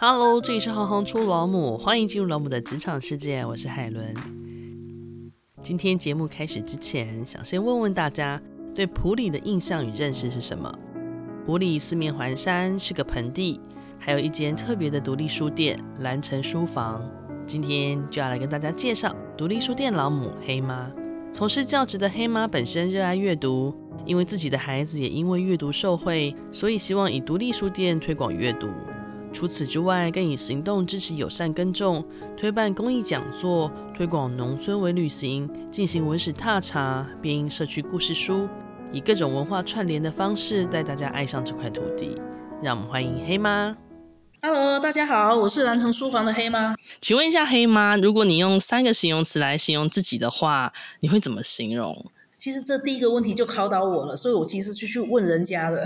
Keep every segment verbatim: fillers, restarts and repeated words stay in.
Hello， 这里是行行出老母，欢迎进入老母的职场世界，我是海伦。今天节目开始之前，想先问问大家对埔里的印象与认识是什么？埔里四面环山，是个盆地，还有一间特别的独立书店蓝城书房。今天就要来跟大家介绍独立书店老母黑妈。从事教职的黑妈本身热爱阅读，因为自己的孩子也因为阅读受惠，所以希望以独立书店推广阅读。除此之外，更以行动支持友善耕种，推办公益讲座，推广农村微旅行，进行文史踏查，编印社区故事书，以各种文化串联的方式带大家爱上这块土地。让我们欢迎黑妈。 Hello， 大家好，我是蓝城书房的黑妈。 请问一下黑妈，如果你用三个形容词来形容自己的话，你会怎么形容？ 其实这第一个问题就考倒我了，所以我其实就去问人家的。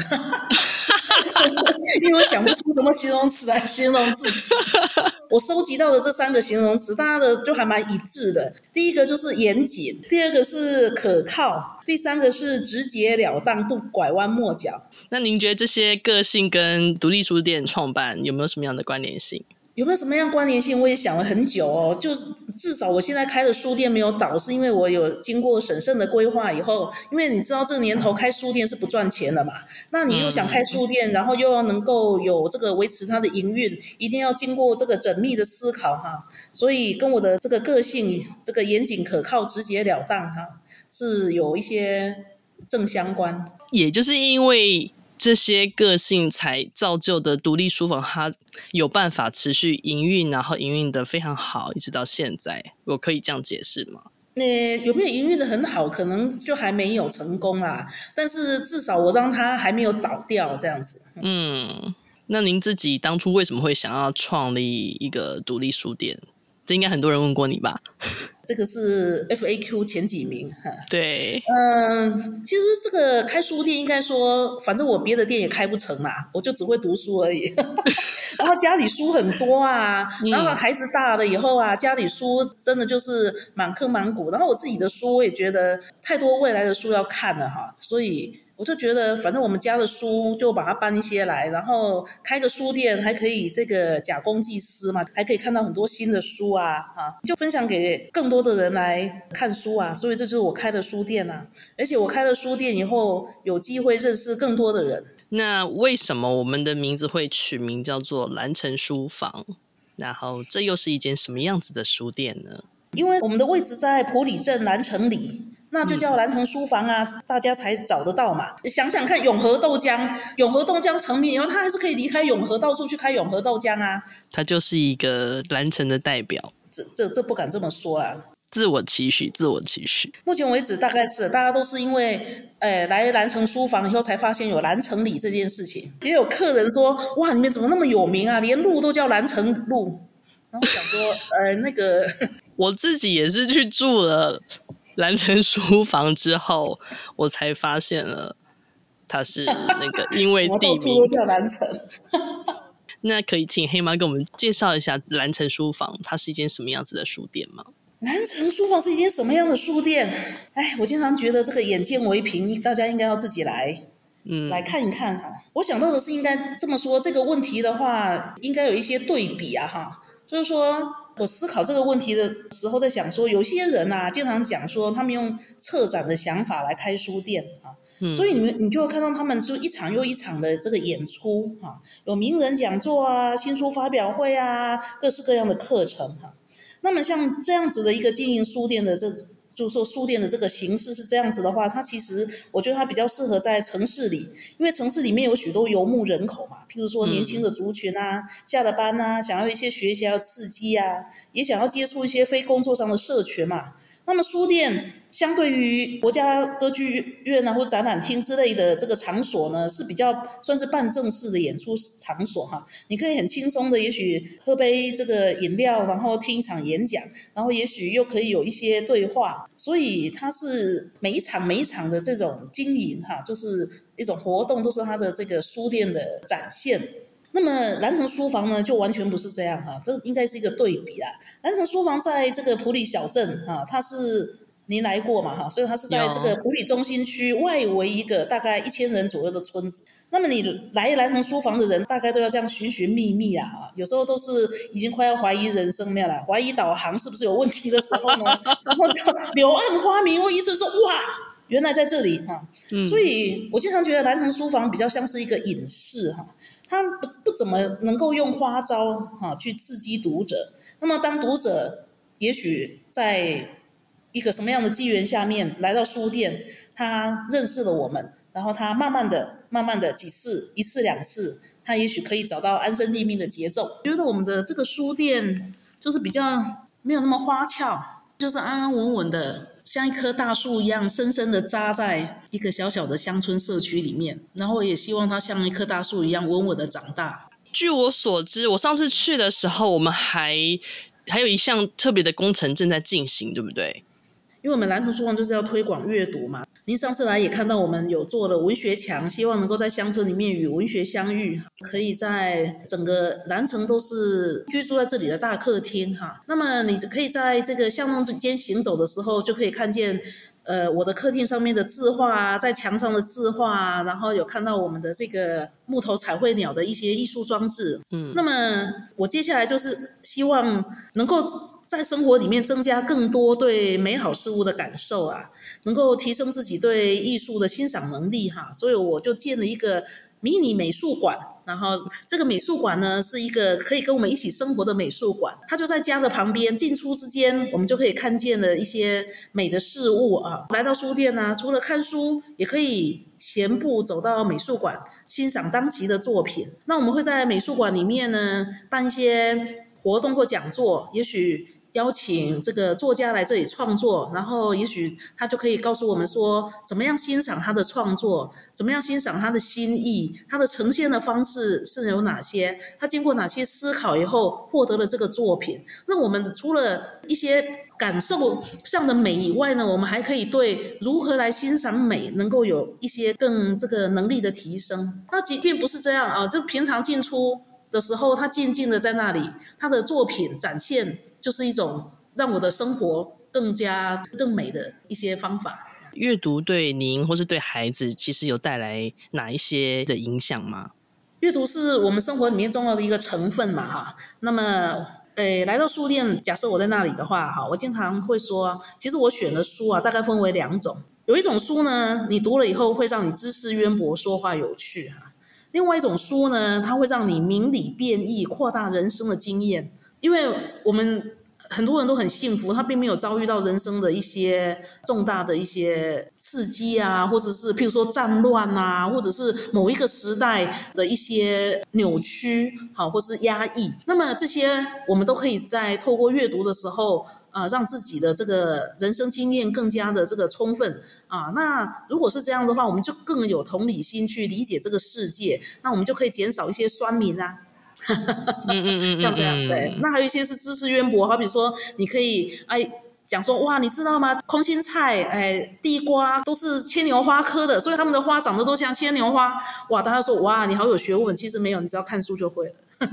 因为我想不出什么形容词来形容自己。我收集到的这三个形容词，大家的就还蛮一致的。第一个就是严谨，第二个是可靠，第三个是直截了当，不拐弯抹角。 那您觉得这些个性跟独立书店创办有没有什么样的关联性？ 有没有什么样关联性？我也想了很久哦。就至少我现在开的书店没有倒，是因为我有经过审慎的规划以后。因为你知道这个年头开书店是不赚钱的嘛，那你又想开书店，然后又要能够有这个维持它的营运，一定要经过这个缜密的思考哈。所以跟我的这个个性，这个严谨可靠、直截了当哈，是有一些正相关。 也就是因为这些个性才造就的独立书房，它有办法持续营运，然后营运的非常好，一直到现在。我可以这样解释吗？ 呃，有没有营运的很好，可能就还没有成功啦。但是至少我让它还没有倒掉，这样子。 嗯，那您自己当初为什么会想要创立一个独立书店？这应该很多人问过你吧？ 这个是 F A Q 前几名。 对， 嗯，其实这个开书店应该说，反正我别的店也开不成嘛，我就只会读书而已。然后家里书很多啊，然后孩子大了以后啊，家里书真的就是满坑满谷。然后我自己的书，我也觉得太多未来的书要看了哈，所以我就觉得，反正我们家的书就把它搬一些来，然后开个书店，还可以这个假公济私嘛，还可以看到很多新的书啊，啊，就分享给更多的人来看书啊，所以这就是我开的书店啊。而且我开了书店以后，有机会认识更多的人。 那为什么我们的名字会取名叫做蓝城书房？然后这又是一间什么样子的书店呢？ 因为我们的位置在埔里镇蓝城里，那就叫蓝城书房啊、嗯，大家才找得到嘛。想想看，永和豆浆，永和豆浆成名以后，他还是可以离开永和，到处去开永和豆浆啊。 它就是一个蓝城的代表。 这这这不敢这么说啦。 自我期许，自我期许。 目前为止，大概是大家都是因为，呃，来蓝城书房以后才发现有蓝城里这件事情。也有客人说，哇，你们怎么那么有名啊？连路都叫蓝城路。然后想说，呃，那个， 我自己也是去住了蓝城书房之后，我才发现了它是那个因为地名， 到处都叫蓝城。 那可以请黑妈给我们介绍一下蓝城书房，它是一间什么样子的书店吗？ 蓝城书房是一间什么样的书店？哎，我经常觉得这个眼见为凭，大家应该要自己来，嗯，来看一看哈。我想到的是，应该这么说，这个问题的话，应该有一些对比啊哈。就是说我思考这个问题的时候，在想说，有些人啊，经常讲说，他们用策展的想法来开书店啊。嗯、所以你们你就会看到他们就一场又一场的这个演出啊，有名人讲座啊、新书发表会啊，各式各样的课程哈。那么像这样子的一个经营书店的这，就是说书店的这个形式是这样子的话，它其实我觉得它比较适合在城市里，因为城市里面有许多游牧人口嘛，譬如说年轻的族群啊，嗯、下了班啊，想要一些学习要刺激啊，也想要接触一些非工作上的社群嘛。那么书店相对于国家歌剧院啊或展览厅之类的这个场所呢，是比较算是半正式的演出场所哈。你可以很轻松的，也许喝杯这个饮料，然后听一场演讲，然后也许又可以有一些对话。所以它是每一场每一场的这种经营哈，就是一种活动，都是它的这个书店的展现。那么蓝城书房呢，就完全不是这样哈，这应该是一个对比啦。蓝城书房在这个埔里小镇哈，它是您来过嘛哈？所以它是在这个埔里中心区外围一个大概一千人左右的村子。那么你来兰城书房的人，大概都要这样寻寻觅觅啊，有时候都是已经快要怀疑人生了，怀疑导航是不是有问题的时候呢，然后就柳暗花明，我一直说哇，原来在这里哈、嗯。所以我经常觉得兰城书房比较像是一个隐士哈，它不不怎么能够用花招哈去刺激读者。那么当读者也许在一个什么样的机缘下面来到书店，他认识了我们，然后他慢慢的、慢慢的几次、一次两次，他也许可以找到安身立命的节奏。觉得我们的这个书店就是比较没有那么花俏，就是安安稳稳的，像一棵大树一样，深深的扎在一个小小的乡村社区里面。然后也希望它像一棵大树一样稳稳的长大。 据我所知，我上次去的时候，我们还还有一项特别的工程正在进行，对不对？ 因为我们兰城书房就是要推广阅读嘛，您上次来也看到我们有做了文学墙，希望能够在乡村里面与文学相遇，可以在整个兰城都是居住在这里的大客厅哈。那么你可以在这个巷弄之间行走的时候，就可以看见呃我的客厅上面的字画啊，在墙上的字画啊，然后有看到我们的这个木头彩绘鸟的一些艺术装置。嗯，那么我接下来就是希望能够在生活里面增加更多对美好事物的感受啊，能够提升自己对艺术的欣赏能力哈，所以我就建了一个迷你美术馆。然后这个美术馆呢，是一个可以跟我们一起生活的美术馆，它就在家的旁边，进出之间我们就可以看见了一些美的事物啊。来到书店啊，除了看书，也可以闲步走到美术馆，欣赏当期的作品。那我们会在美术馆里面呢，办一些活动或讲座，也许邀请这个作家来这里创作，然后也许他就可以告诉我们说，怎么样欣赏他的创作，怎么样欣赏他的心意，他的呈现的方式是有哪些，他经过哪些思考以后获得了这个作品。那我们除了一些感受上的美以外呢，我们还可以对如何来欣赏美能够有一些更这个能力的提升。那即便不是这样啊，就平常进出的时候，他静静的在那里，他的作品展现就是一种让我的生活更加更美的一些方法。 阅读对您或是对孩子其实有带来哪一些的影响吗？ 阅读是我们生活里面重要的一个成分嘛哈。那么诶，来到书店，假设我在那里的话哈，我经常会说，其实我选的书啊，大概分为两种。有一种书呢，你读了以后会让你知识渊博，说话有趣哈。另外一种书呢，它会让你明理变易，扩大人生的经验。因为我们很多人都很幸福，他并没有遭遇到人生的一些重大的一些刺激啊，或者是譬如说战乱啊，或者是某一个时代的一些扭曲，好，或是压抑。那么这些我们都可以在透过阅读的时候呃，让自己的这个人生经验更加的这个充分啊。那如果是这样的话，我们就更有同理心去理解这个世界，那我们就可以减少一些酸民啊。嗯嗯嗯，像这样对。那还有一些是知识渊博，好比说你可以哎讲说哇，你知道吗？空心菜、哎地瓜都是牵牛花科的，所以他们的花长得都像牵牛花。哇，大家说哇，你好有学问，其实没有，你只要看书就会了。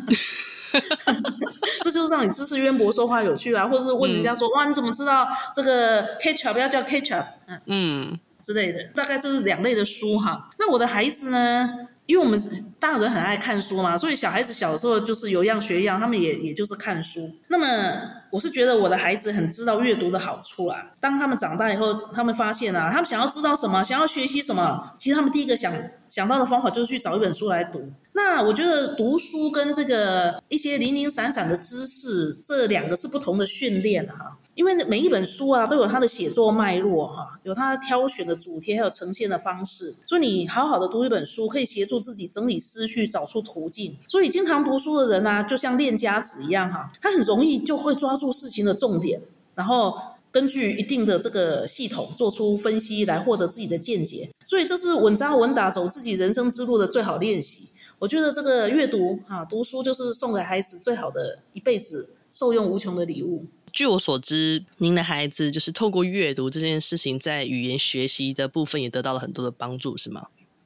这就是让你知识渊博，说话有趣啊，或者是问人家说、嗯、哇，你怎么知道这个 ketchup 要叫 ketchup 嗯, 嗯之类的，大概这是两类的书哈。那我的孩子呢？因为我们大人很爱看书嘛，所以小孩子小时候就是有样学样，他们也也就是看书。那么我是觉得我的孩子很知道阅读的好处啦。当他们长大以后，他们发现啊，他们想要知道什么，想要学习什么，其实他们第一个想想到的方法就是去找一本书来读。那我觉得读书跟这个一些零零散散的知识，这两个是不同的训练哈。因为每一本书啊都有它的写作脉络哈，有它挑选的主题，还有呈现的方式。所以你好好的读一本书，可以协助自己整理思绪，找出途径。所以经常读书的人啊，就像练家子一样哈，他很容易就会抓住事情的重点，然后根据一定的这个系统做出分析，来获得自己的见解。所以这是稳扎稳打走自己人生之路的最好练习。我觉得这个阅读啊，读书就是送给孩子最好的一辈子受用无穷的礼物。 据我所知，您的孩子就是透过阅读这件事情，在语言学习的部分也得到了很多的帮助，是吗？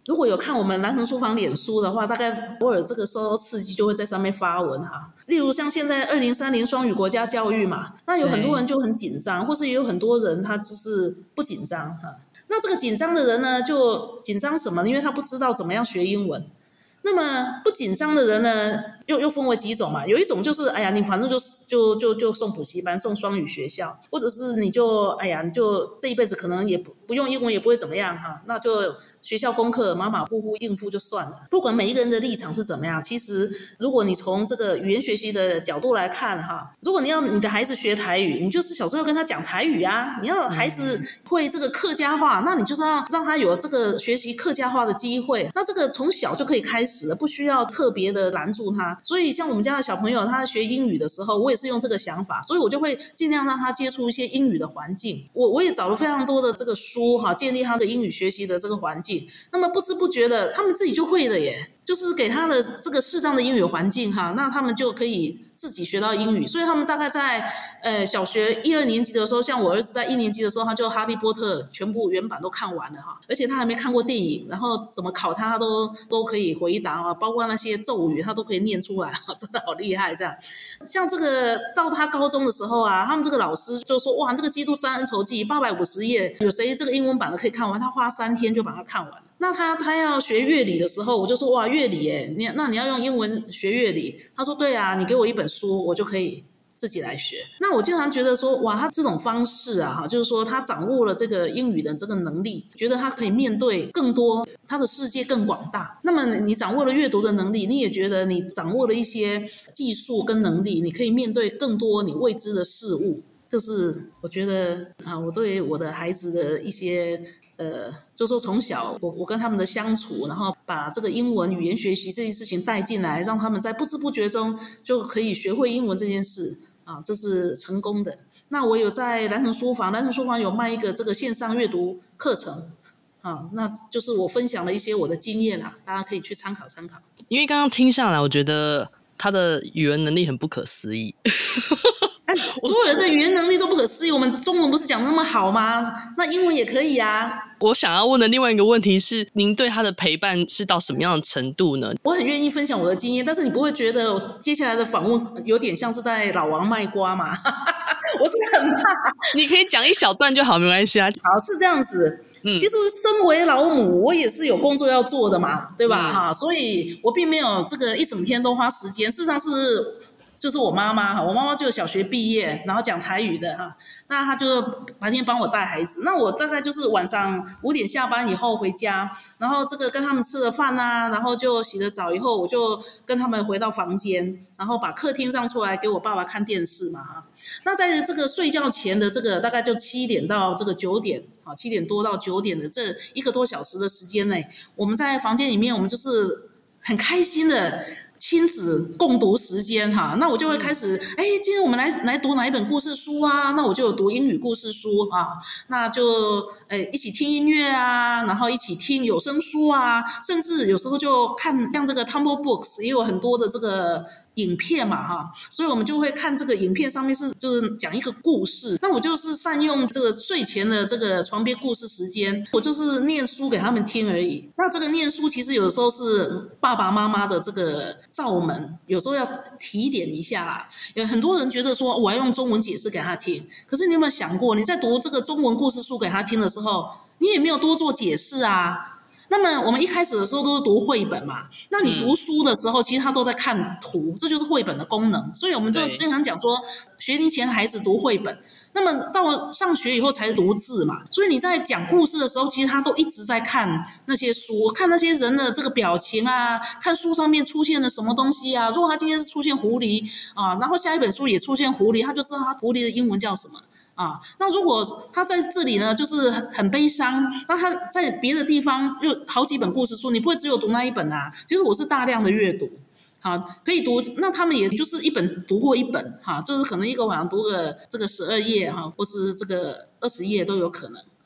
如果有看我们蓝城书房脸书的话，大概偶尔这个受到刺激就会在上面发文哈。例如像现在二零三零双语国家教育嘛，那有很多人就很紧张，或是也有很多人他就是不紧张哈。那这个紧张的人呢，就紧张什么？因为他不知道怎么样学英文。那么不紧张的人呢，又又分为几种嘛？有一种就是，哎呀，你反正就就就就送补习班，送双语学校，或者是你就，哎呀，你就这一辈子可能也不不用英文也不会怎么样哈，那就学校功课马马虎虎应付就算了。不管每一个人的立场是怎么样，其实如果你从这个语言学习的角度来看哈，如果你要你的孩子学台语，你就是小时候跟他讲台语啊，你要孩子会这个客家话，那你就是要让他有这个学习客家话的机会，那这个从小就可以开始了，不需要特别的拦住他。所以像我们家的小朋友，他学英语的时候，我也是用这个想法，所以我就会尽量让他接触一些英语的环境。我我也找了非常多的这个书哈，建立他的英语学习的这个环境。那么不知不觉的，他们自己就会了耶，就是给他的这个适当的英语环境哈，那他们就可以自己学到英语。所以他们大概在呃小学一二年级的时候，像我儿子在一年级的时候，他就哈利波特全部原版都看完了哈，而且他还没看过电影，然后怎么考他他都都可以回答啊，包括那些咒语他都可以念出来，真的好厉害这样。像这个到他高中的时候啊，他们这个老师就说哇，这个基督山恩仇记八百五十页，有谁这个英文版的可以看完？他花三天就把它看完了。那他他要学乐理的时候，我就说哇，乐理耶，你那你要用英文学乐理？他说对啊，你给我一本书，我就可以自己来学。那我经常觉得说，哇，他这种方式啊，就是说他掌握了这个英语的这个能力，觉得他可以面对更多，他的世界更广大。那么你掌握了阅读的能力，你也觉得你掌握了一些技术跟能力，你可以面对更多你未知的事物。这是我觉得啊，我对我的孩子的一些。呃，就说从小我我跟他们的相处，然后把这个英文语言学习这件事情带进来，让他们在不知不觉中就可以学会英文这件事啊，这是成功的。那我有在蓝城书房，蓝城书房有卖一个这个线上阅读课程啊，那就是我分享了一些我的经验啊，大家可以去参考参考。 因为刚刚听下来，我觉得他的语文能力很不可思议。 所有人的语言能力都不可思议，我们中文不是讲那么好吗？那英文也可以啊。 我想要问的另外一个问题是，您对他的陪伴是到什么样的程度呢？ 我很愿意分享我的经验，但是你不会觉得接下来的访问有点像是在老王卖瓜吗？我是很怕。 你可以讲一小段就好，没关系啊。 好，是这样子。嗯、其实身为老母，我也是有工作要做的嘛，对吧？哈、嗯，所以我并没有这个一整天都花时间。事实上是。就是我妈妈哈，我妈妈就小学毕业，然后讲台语的哈，那她就白天帮我带孩子，那我大概就是晚上五点下班以后回家，然后这个跟他们吃了饭啊，然后就洗了澡以后，我就跟他们回到房间，然后把客厅让出来给我爸爸看电视嘛哈。那在这个睡觉前的这个大概就七点到这个九点，好七点多到九点的这一个多小时的时间内，我们在房间里面，我们就是很开心的。亲子共读时间哈，那我就会开始，哎，今天我们来来读哪一本故事书啊？那我就有读英语故事书啊，那就哎一起听音乐啊，然后一起听有声书啊，甚至有时候就看像这个 Tumble Books 也有很多的这个影片嘛哈，所以我们就会看这个影片上面是就是讲一个故事，那我就是善用这个睡前的这个床边故事时间，我就是念书给他们听而已。那这个念书其实有的时候是爸爸妈妈的这个罩门，有时候要提点一下啦。有很多人觉得说我要用中文解释给他听，可是你有没有想过，你在读这个中文故事书给他听的时候，你也没有多做解释啊。那么我们一开始的时候都是读绘本嘛，那你读书的时候、嗯、其实他都在看图，这就是绘本的功能，所以我们就经常讲说学龄前孩子读绘本，那么到上学以后才读字嘛，所以你在讲故事的时候其实他都一直在看那些书，看那些人的这个表情啊，看书上面出现了什么东西啊，如果他今天是出现狐狸啊，然后下一本书也出现狐狸，他就知道他狐狸的英文叫什么啊，那如果他在这里呢，就是很悲伤，那他在别的地方又好几本故事书，你不会只有读那一本啊。其实我是大量的阅读，好，可以读，那他们也就是一本读过一本，哈，就是可能一个晚上读个这个十二页哈，或是这个二十页都有可能。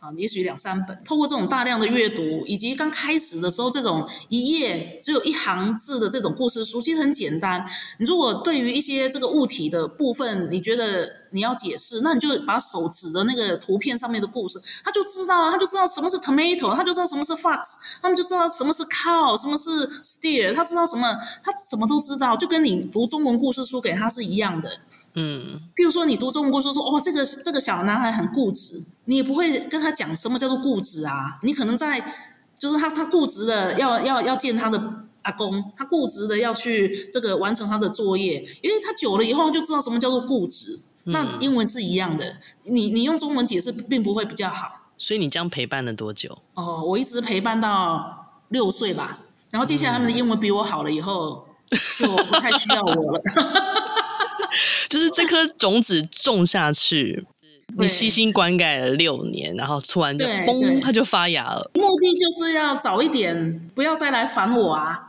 啊，也许两三本。透过这种大量的阅读，以及刚开始的时候这种一页只有一行字的这种故事书，其实很简单。你如果对于一些这个物体的部分，你觉得你要解释，那你就把手指的那个图片上面的故事，他就知道啊，他就知道什么是 tomato， 他就知道什么是 fox， 他们就知道什么是 cow， 什么是 steer， 他知道什么，他什么都知道，就跟你读中文故事书给他是一样的。嗯，譬如说你读中文故事说，哦，这个这个小男孩很固执，你也不会跟他讲什么叫做固执啊。你可能在就是他他固执的要要要见他的阿公，他固执的要去这个完成他的作业，因为他久了以后他就知道什么叫做固执。嗯、那英文是一样的，你你用中文解释并不会比较好。 所以你这样陪伴了多久？ 哦，我一直陪伴到六岁吧，然后接下来他们的英文比我好了以后，嗯、就不太需要我了。 就是这颗种子种下去，你悉心灌溉了六年，然后突然就嘣，它就发芽了。 目的就是要早一点，不要再来烦我啊！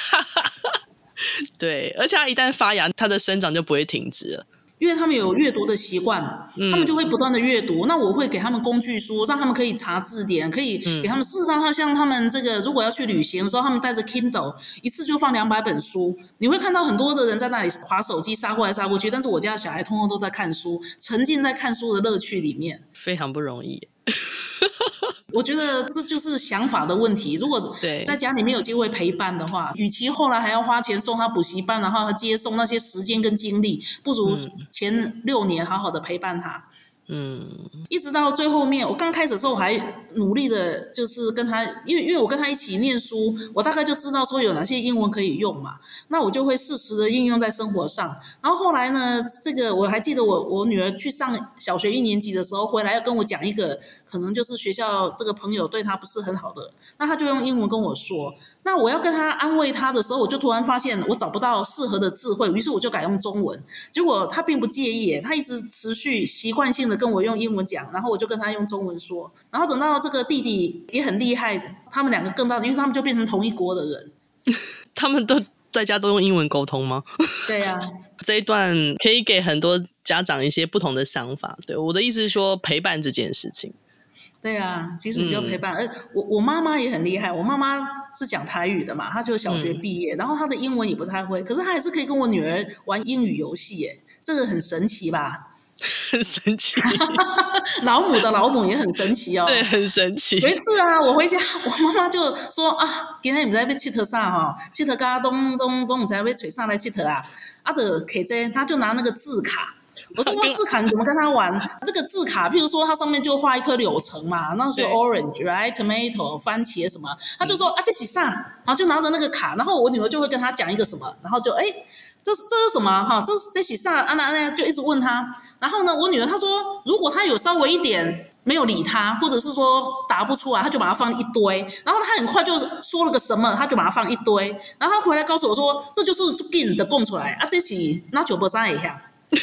对，而且它一旦发芽，它的生长就不会停止了。 因为他们有阅读的习惯，他们就会不断的阅读、嗯、那我会给他们工具书，让他们可以查字典，可以给他们、嗯、事实上像他们这个如果要去旅行的时候，他们带着 Kindle 一次就放两百本书，你会看到很多的人在那里滑手机杀过来杀过去，但是我家的小孩通通都在看书，沉浸在看书的乐趣里面， 非常不容易。 我觉得这就是想法的问题，如果在家里面有机会陪伴的话，与其后来还要花钱送他补习班，然后接送那些时间跟精力，不如前六年好好的陪伴他。嗯，一直到最后面，我刚开始的时候我还努力的，就是跟他，因为因为我跟他一起念书，我大概就知道说有哪些英文可以用嘛，那我就会适时的应用在生活上。然后后来呢，这个我还记得我我女儿去上小学一年级的时候，回来要跟我讲一个可能就是学校这个朋友对她不是很好的，那她就用英文跟我说，那我要跟她安慰她的时候，我就突然发现我找不到适合的字汇，于是我就改用中文，结果她并不介意，她一直持续习惯性的跟我用英文讲，然后我就跟她用中文说，然后等到这个弟弟也很厉害，他们两个更大的，因为他们就变成同一国的人。 他们都在家都用英文沟通吗？ 对呀、啊， 这一段可以给很多家长一些不同的想法。对，我的意思是说陪伴这件事情。 对啊，其实你就陪伴。而、嗯、我我妈妈也很厉害，我妈妈是讲台语的嘛，她就小学毕业、嗯，然后她的英文也不太会，可是她还是可以跟我女儿玩英语游戏耶，这个很神奇吧？ 很神奇。 老母的老母也很神奇哦。 对，很神奇。 有一次啊，我回家，我妈妈就说啊，今天不知道要佚佗啥哈，佚佗噶东东东，不知道要找啥来佚佗啊，啊就摕这，他就拿那个字卡。我说字卡你怎么跟他玩？这个字卡，譬如说它上面就画一颗柳橙嘛，那就 orange right tomato 番茄什么，他就说、嗯、啊这是啥？然后就拿着那个卡，然后我女儿就会跟他讲一个什么，然后就哎。这这是什么哈？这这是啥？啊那那就一直问他。然后呢，我女儿她说，如果他有稍微一点没有理他，或者是说答不出来，他就把它放一堆。然后他很快就说了个什么，他就把它放一堆。然后他回来告诉我说，这就是紧的供出来啊，这是那九百三一样。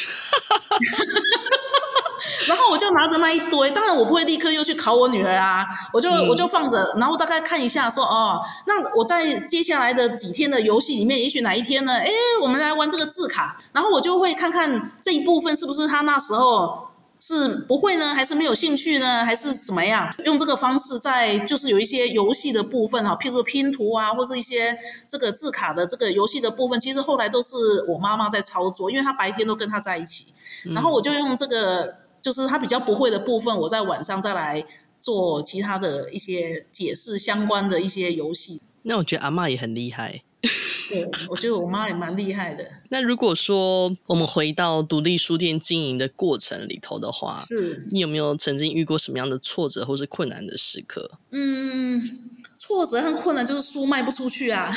然后我就拿着那一堆，当然我不会立刻又去考我女儿啊，我就、嗯、我就放着，然后大概看一下说哦，那我在接下来的几天的游戏里面，也许哪一天呢，诶我们来玩这个字卡，然后我就会看看这一部分是不是他那时候是不会呢，还是没有兴趣呢，还是怎么样，用这个方式在就是有一些游戏的部分，譬如说拼图啊，或是一些这个字卡的这个游戏的部分，其实后来都是我妈妈在操作，因为她白天都跟她在一起，然后我就用这个就是他比较不会的部分，我在晚上再来做其他的一些解释相关的一些游戏。 那我觉得阿嬷也很厉害。 对，我觉得我妈也蛮厉害的。 那如果说我们回到独立书店经营的过程里头的话， 是你有没有曾经遇过什么样的挫折或是困难的时刻？ 嗯，挫折和困难就是书卖不出去啊。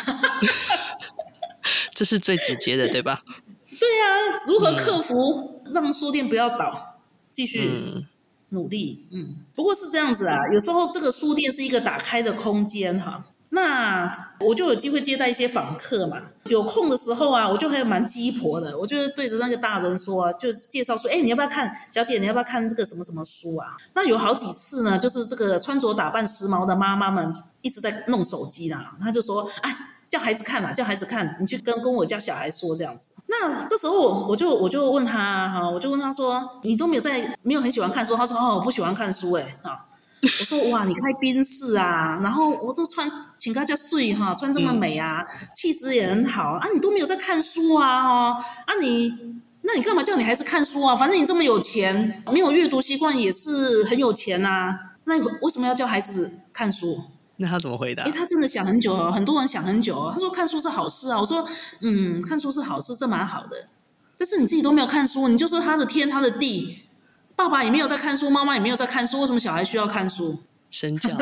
这是最直接的，对吧？ 对啊，如何克服、嗯、让书店不要倒，继续努力。嗯, 嗯，不过是这样子啊，有时候这个书店是一个打开的空间哈。那我就有机会接待一些访客嘛，有空的时候啊，我就还蛮鸡婆的，我就对着那个大人说、啊，就介绍说，哎，你要不要看，小姐，你要不要看这个什么什么书啊？那有好几次呢，就是这个穿着打扮时髦的妈妈们一直在弄手机啦，他就说，哎。叫孩子看啦，叫孩子看，你去跟跟我家小孩说这样子。那这时候我就我就问他哈，我就问他说，你都没有在没有很喜欢看书？他说哦，我不喜欢看书哎啊。 我说哇，你开宾士啊，然后我都穿请大家睡哈，穿这么美啊，气质也很好啊，你都没有在看书啊哦，啊你那你干嘛叫你孩子看书啊？反正你这么有钱，没有阅读习惯也是很有钱啊，那为什么要叫孩子看书？ 那他怎么回答？ 诶，他真的想很久哦，很多人想很久哦。他说看书是好事啊，我说嗯，看书是好事，这蛮好的。但是你自己都没有看书，你就是他的天，他的地。爸爸也没有在看书，妈妈也没有在看书，为什么小孩需要看书？ 身教。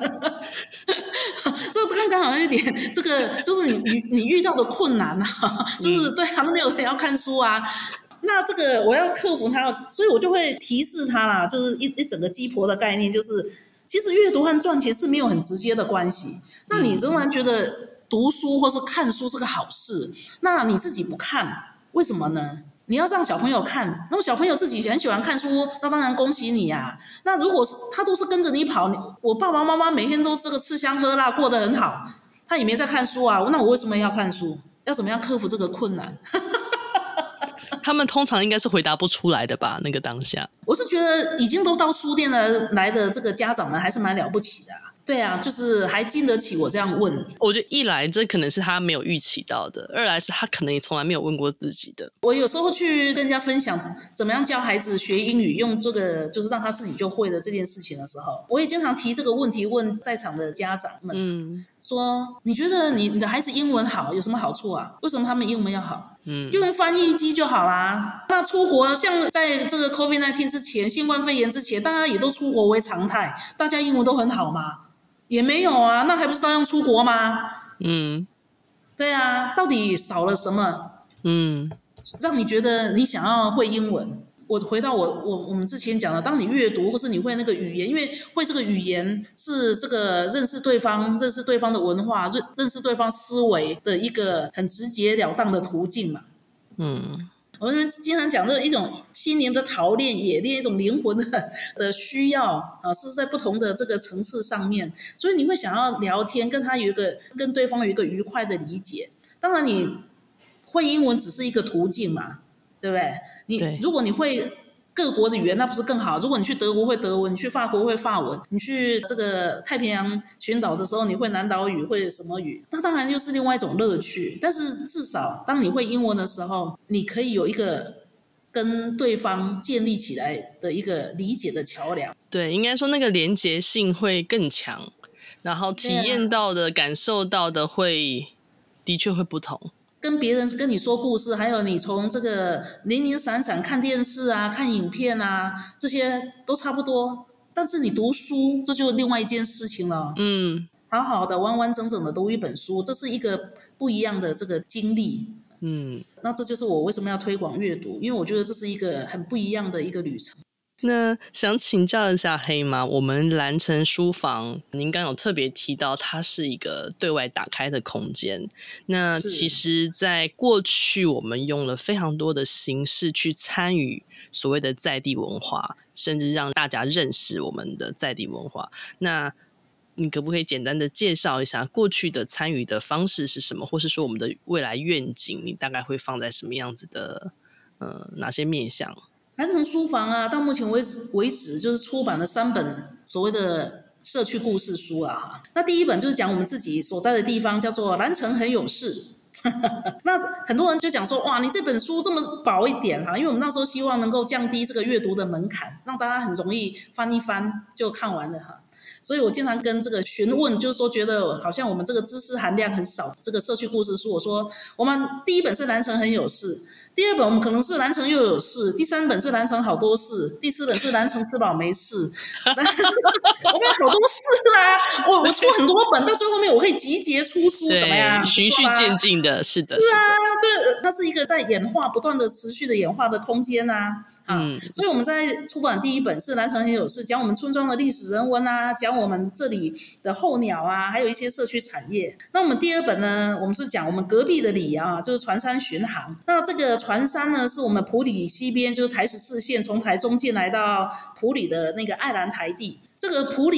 这刚刚好像一点，这个就是你你遇到的困难啊，就是对他们没有人要看书啊。那这个我要克服它，所以我就会提示他啦，就是一一整个鸡婆的概念，就是其实阅读和赚钱是没有很直接的关系。那你仍然觉得读书或是看书是个好事，那你自己不看，为什么呢？你要让小朋友看，那么小朋友自己很喜欢看书，那当然恭喜你啊。那如果是他都是跟着你跑，你我爸爸妈妈每天都这个吃香喝辣，过得很好，他也没在看书啊，那我为什么要看书？要怎么样克服这个困难？ 他们通常应该是回答不出来的吧？那个当下， 我是觉得已经都到书店了来的这个家长们还是蛮了不起的啊。对啊，就是还经得起我这样问。 我觉得一来这可能是他没有预期到的，二来是他可能也从来没有问过自己的。 我有时候去跟人家分享怎么样教孩子学英语，用这个就是让他自己就会的这件事情的时候，我也经常提这个问题问在场的家长们，嗯，说你觉得你你的孩子英文好有什么好处啊？为什么他们英文要好？嗯，就用翻译机就好啦。那出国像在这个 COVID 十九 之前，新冠肺炎之前，大家也都出国为常态，大家英文都很好嘛。也没有啊，那还不是照样出国吗？嗯，对啊，到底少了什么？嗯，让你觉得你想要会英文？我回到我我我们之前讲的，当你阅读或是你会那个语言，因为会这个语言是这个认识对方、认识对方的文化、认认识对方思维的一个很直截了当的途径嘛。嗯。我们经常讲这一种心灵的陶炼、冶炼，一种灵魂的的需要啊，是在不同的这个层次上面，所以你会想要聊天，跟他有一个跟对方有一个愉快的理解。当然，你会英文只是一个途径嘛，对不对？你如果你会各国的语言，那不是更好？如果你去德国会德文，你去法国会法文，你去这个太平洋群岛的时候，你会南岛语，会什么语？那当然又是另外一种乐趣。但是至少当你会英文的时候，你可以有一个跟对方建立起来的一个理解的桥梁。 对，应该说那个连结性会更强，然后体验到的、感受到的会的确会不同。 跟别人跟你说故事，还有你从这个零零散散看电视啊、看影片啊，这些都差不多。但是你读书，这就另外一件事情了。嗯，好好的、完完整整的读一本书，这是一个不一样的这个经历。嗯，那这就是我为什么要推广阅读，因为我觉得这是一个很不一样的一个旅程。 那想请教一下黑妈，我们蓝城书房您刚有特别提到它是一个对外打开的空间，那其实在过去我们用了非常多的形式去参与所谓的在地文化，甚至让大家认识我们的在地文化，那你可不可以简单的介绍一下过去的参与的方式是什么，或是说我们的未来愿景你大概会放在什么样子的呃哪些面向？ 蓝城书房啊，到目前为止为止就是出版了三本所谓的社区故事书啊。那第一本就是讲我们自己所在的地方，叫做蓝城很有事。那很多人就讲说，哇，你这本书这么薄一点哈，因为我们那时候希望能够降低这个阅读的门槛，让大家很容易翻一翻就看完了哈。所以我经常跟这个询问，就是说觉得好像我们这个知识含量很少，这个社区故事书，我说我们第一本是蓝城很有事。第二本我们可能是蓝城又有事，第三本是蓝城好多事，第四本是蓝城吃饱没事。我们有好多事啦，我我出很多本，到最后面我会集结出书，怎么样？ 循序渐进的，是的， 是啊，对，它是一个在演化、不断的持续的演化的空间啊。嗯，所以我们在出版第一本是蓝城很有事，讲我们村庄的历史人文啊，讲我们这里的候鸟啊，还有一些社区产业。那我们第二本呢，我们是讲我们隔壁的里啊，就是船山巡航。那这个船山呢，是我们埔里西边，就是台十四线从台中进来到埔里的那个爱兰台地。这个埔里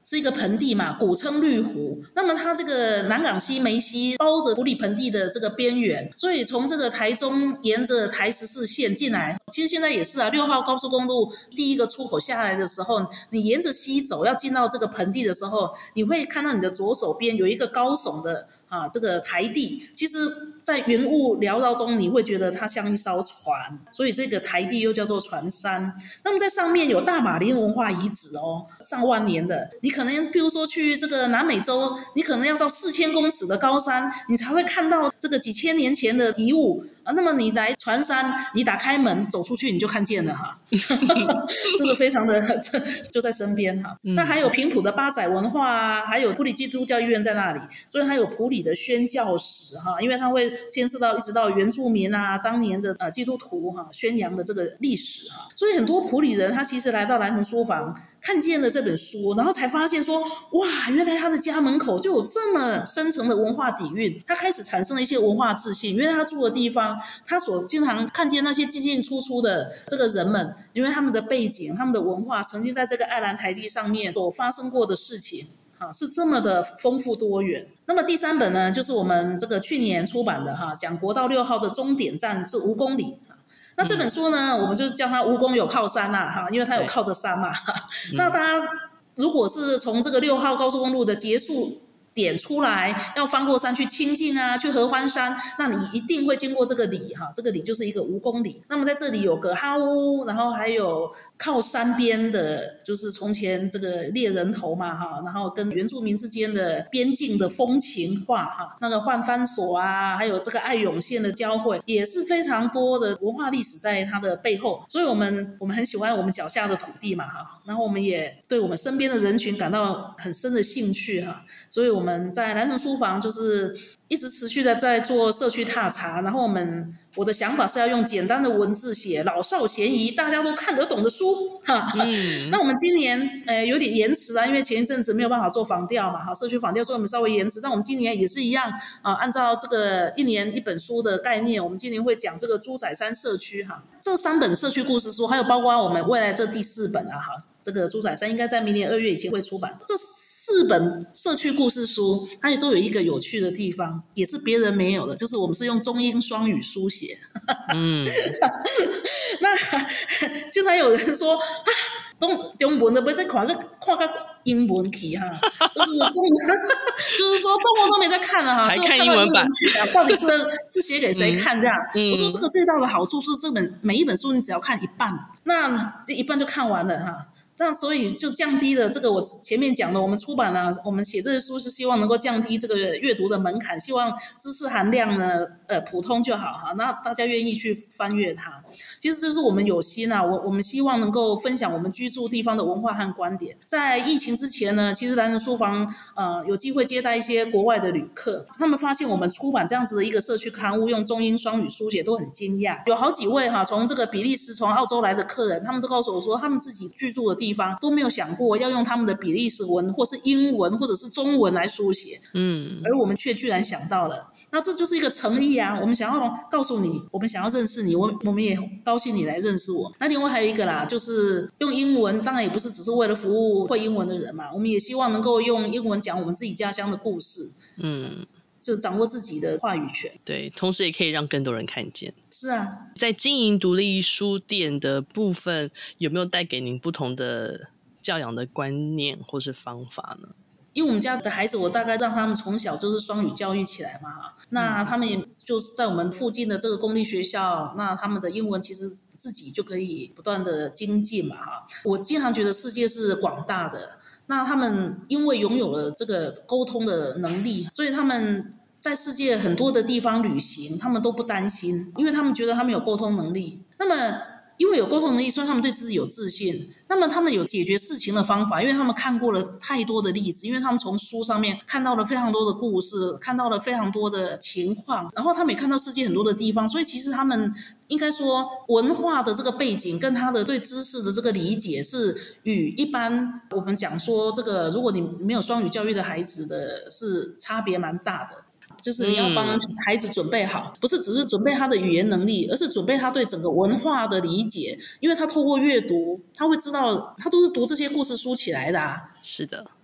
是一个盆地嘛，古称绿湖。那么它这个南港溪、梅溪包着埔里盆地的这个边缘，所以从这个台中沿着台十四线进来，其实现在也是啊，六号高速公路第一个出口下来的时候，你沿着溪走，要进到这个盆地的时候，你会看到你的左手边有一个高耸的啊这个台地，其实在云雾缭绕中，你会觉得它像一艘船，所以这个台地又叫做船山。那么在上面有大马林文化遗址哦，上万年的，你可能譬如说去这个南美洲，你可能要到四千公尺的高山，你才会看到这个几千年前的遗物啊。那么你来船山，你打开门走出去，你就看见了哈，就是非常的就在身边哈。那还有平埔的八仔文化啊，还有埔里基督教医院在那里，所以还有埔里的宣教史哈，因为它会牵涉到一直到原住民啊，当年的呃基督徒哈宣扬的这个历史哈，所以很多埔里人他其实来到兰城书房。看见了这本书，然后才发现说，哇，原来他的家门口就有这么深层的文化底蕴。他开始产生了一些文化自信，因为他住的地方，他所经常看见那些进进出出的这个人们，因为他们的背景、他们的文化，曾经在这个爱兰台地上面所发生过的事情，啊，是这么的丰富多元。那么第三本呢，就是我们这个去年出版的哈，讲国道六号的终点站是五公里。那这本书呢，我们就叫它吴公有靠山呐、啊，哈，因为它有靠着山嘛。那大家如果是从这个六号高速公路的结束点出来，要翻过山去清境啊，去合欢山，那你一定会经过这个里哈，这个里就是一个吴公里。那么在这里有个哈屋，然后还有靠山边的，就是从前这个猎人头嘛哈，然后跟原住民之间的边境的风情画哈，那个换番所啊，还有这个爱永县的交汇，也是非常多的文化历史在它的背后。所以我们我们很喜欢我们脚下的土地嘛哈，然后我们也对我们身边的人群感到很深的兴趣哈，所以我们我们在兰城书房就是一直持续的在做社区踏查，然后我们我的想法是要用简单的文字写老少咸宜大家都看得懂的书哈、嗯、那我们今年呃有点延迟啊，因为前一阵子没有办法做访调嘛，社区访调，所以我们稍微延迟，但我们今年也是一样啊，按照这个一年一本书的概念，我们今年会讲这个猪仔山社区哈，这三本社区故事书，还有包括我们未来这第四本啊哈，这个猪仔山应该在明年二月以前会出版，这四本社区故事书它也都有一个有趣的地方，也是别人没有的，就是我们是用中英双语书写。嗯，那经常有人说啊，中中文的不再看个看个英文去哈，就是中文，就是说中文都没在看了哈， 还看英文版， 到底是是写给谁看这样？嗯、我说这个最大的好处是，这本每一本书你只要看一半，那这一半就看完了哈。那所以就降低了这个我前面讲的，我们出版啊，我们写这些书是希望能够降低这个阅读的门槛，希望知识含量呢，呃，普通就好哈，那大家愿意去翻阅它。其实这是我们有心啊，我我们希望能够分享我们居住地方的文化和观点。在疫情之前呢，其实兰城书房呃有机会接待一些国外的旅客，他们发现我们出版这样子的一个社区刊物，用中英双语书写都很惊讶。有好几位哈，从这个比利时、从澳洲来的客人，他们都告诉我说，他们自己居住的地方都没有想过要用他们的比利时文或是英文或者是中文来书写，嗯，而我们却居然想到了，那这就是一个诚意啊！我们想要告诉你，我们想要认识你，我我们也高兴你来认识我。那另外还有一个啦，就是用英文，当然也不是只是为了服务会英文的人嘛，我们也希望能够用英文讲我们自己家乡的故事，嗯。就掌握自己的话语权， 对，同时也可以让更多人看见。 是啊， 在经营独立书店的部分，有没有带给您不同的教养的观念或是方法呢？ 因为我们家的孩子，我大概让他们从小就是双语教育起来嘛，那他们也就是在我们附近的这个公立学校，那他们的英文其实自己就可以不断的精进嘛哈。我经常觉得世界是广大的，那他们因为拥有了这个沟通的能力，所以他们在世界很多的地方旅行，他们都不担心，因为他们觉得他们有沟通能力。那么因为有沟通能力，所以他们对自己有自信，那么他们有解决事情的方法，因为他们看过了太多的例子，因为他们从书上面看到了非常多的故事，看到了非常多的情况，然后他们也看到世界很多的地方，所以其实他们应该说文化的这个背景跟他的对知识的这个理解是与一般我们讲说这个如果你没有双语教育的孩子的是差别蛮大的。就是你要帮孩子准备好，不是只是准备他的语言能力，而是准备他对整个文化的理解，因为他透过阅读他会知道，他都是读这些故事书起来的啊。 是的，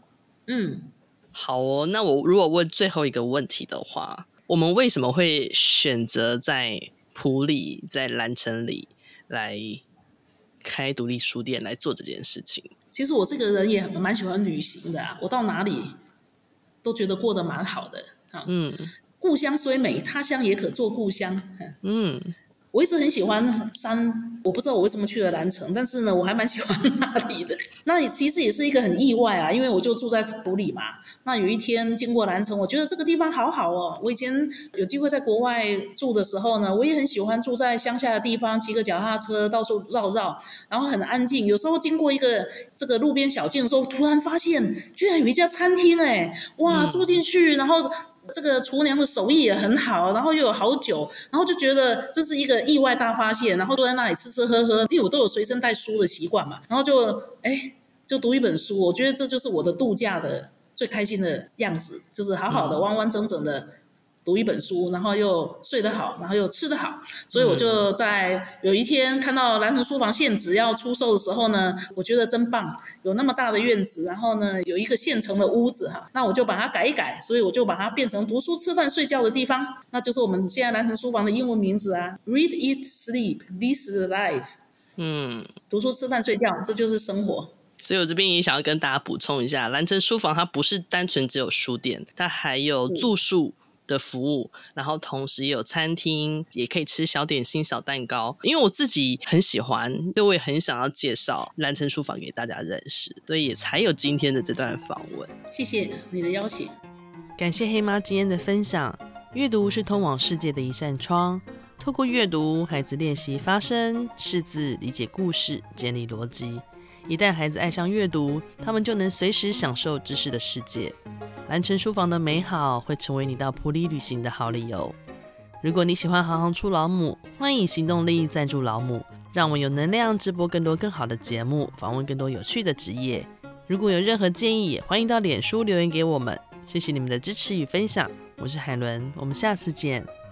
嗯， 好哦，那我如果问最后一个问题的话，我们为什么会选择在埔里，在兰城里来开独立书店来做这件事情？ 其实我这个人也蛮喜欢旅行的啊，我到哪里都觉得过得蛮好的啊。 嗯， 故乡虽美，他乡也可做故乡。 嗯， 我一直很喜欢山，我不知道我为什么去了兰城，但是呢，我还蛮喜欢那里的。那其实也是一个很意外啊，因为我就住在埔里嘛。那有一天经过兰城，我觉得这个地方好好哦。我以前有机会在国外住的时候呢，我也很喜欢住在乡下的地方，骑个脚踏车到处绕绕，然后很安静。有时候经过一个这个路边小径的时候，突然发现居然有一家餐厅，哎，哇，住进去，然后这个厨娘的手艺也很好，然后又有好酒，然后就觉得这是一个意外大发现，然后坐在那里吃吃喝喝，因为我都有随身带书的习惯嘛，然后就哎就读一本书，我觉得这就是我的度假的最开心的样子，就是好好的完完整整的读一本书，然后又睡得好，然后又吃得好，所以我就在有一天看到兰城书房现址要出售的时候呢，我觉得真棒，有那么大的院子，然后呢有一个现成的屋子哈，那我就把它改一改，所以我就把它变成读书、吃饭、睡觉的地方，那就是我们现在兰城书房的英文名字啊 ，Read, Eat, Sleep, This is life。嗯，读书、吃饭、睡觉，这就是生活。 所以我这边也想要跟大家补充一下，兰城书房它不是单纯只有书店，它还有住宿的服务，然后同时也有餐厅，也可以吃小点心、小蛋糕。因为我自己很喜欢，所以我也很想要介绍兰城书房给大家认识，所以也才有今天的这段访问。 谢谢你的邀请， 感谢黑妈今天的分享。阅读是通往世界的一扇窗，透过阅读，孩子练习发声、识字、理解故事、建立逻辑。一旦孩子爱上阅读，他们就能随时享受知识的世界。兰城书房的美好会成为你到埔里旅行的好理由。如果你喜欢行行出老母，欢迎行动力赞助老母，让我们有能量直播更多更好的节目，访问更多有趣的职业。如果有任何建议，也欢迎到脸书留言给我们。谢谢你们的支持与分享，我是海伦，我们下次见。